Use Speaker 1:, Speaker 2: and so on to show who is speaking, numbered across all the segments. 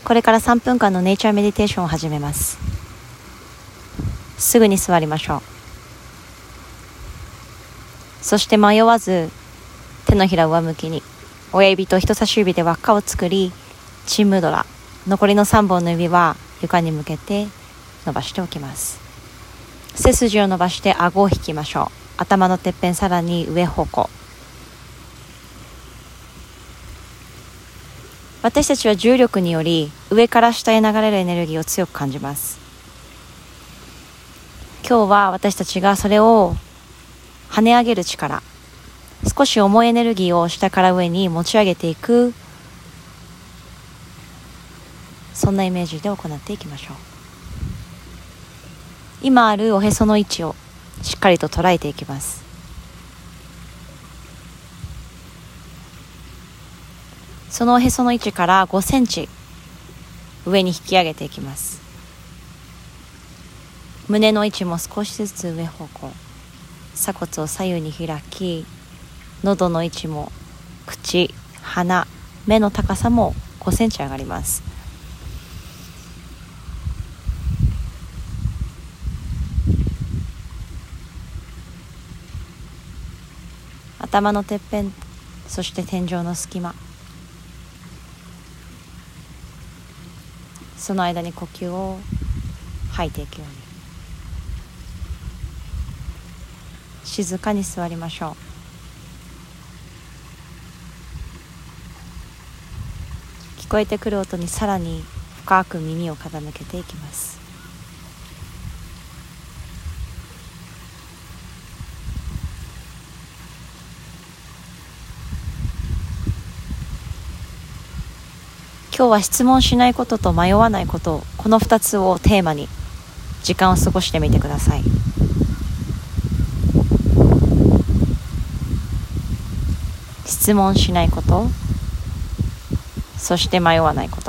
Speaker 1: これから3分間のネイチャーメディテーションを始めます。すぐに座りましょう。そして迷わず手のひら上向きに、親指と人差し指で輪っかを作り、チンムドラ、残りの3本の指は床に向けて伸ばしておきます。背筋を伸ばして顎を引きましょう。頭のてっぺんさらに上方向。私たちは重力により上から下へ流れるエネルギーを強く感じます。今日は私たちがそれを跳ね上げる力、少し重いエネルギーを下から上に持ち上げていく、そんなイメージで行っていきましょう。今あるおへその位置をしっかりと捉えていきます。そのおへその位置から5センチ上に引き上げていきます。胸の位置も少しずつ上方向、鎖骨を左右に開き、喉の位置も口、鼻、目の高さも5センチ上がります。頭のてっぺん、そして天井の隙間、その間に呼吸を吐いていくように静かに座りましょう。聞こえてくる音にさらに深く耳を傾けていきます。今日は質問しないことと迷わないこと、この2つをテーマに時間を過ごしてみてください。質問しないこと、そして迷わないこと。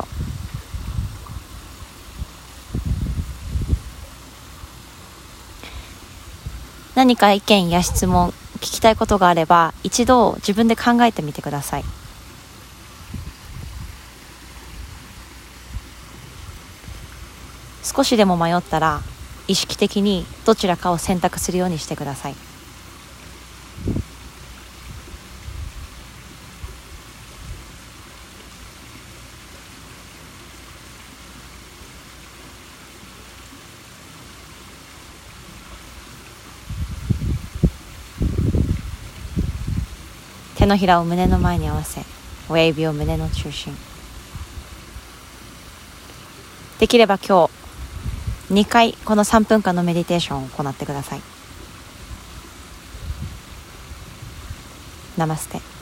Speaker 1: 何か意見や質問、聞きたいことがあれば一度自分で考えてみてください。少しでも迷ったら意識的にどちらかを選択するようにしてください。手のひらを胸の前に合わせ、親指を胸の中心。できれば今日2回この3分間のメディテーションを行ってください。ナマステ。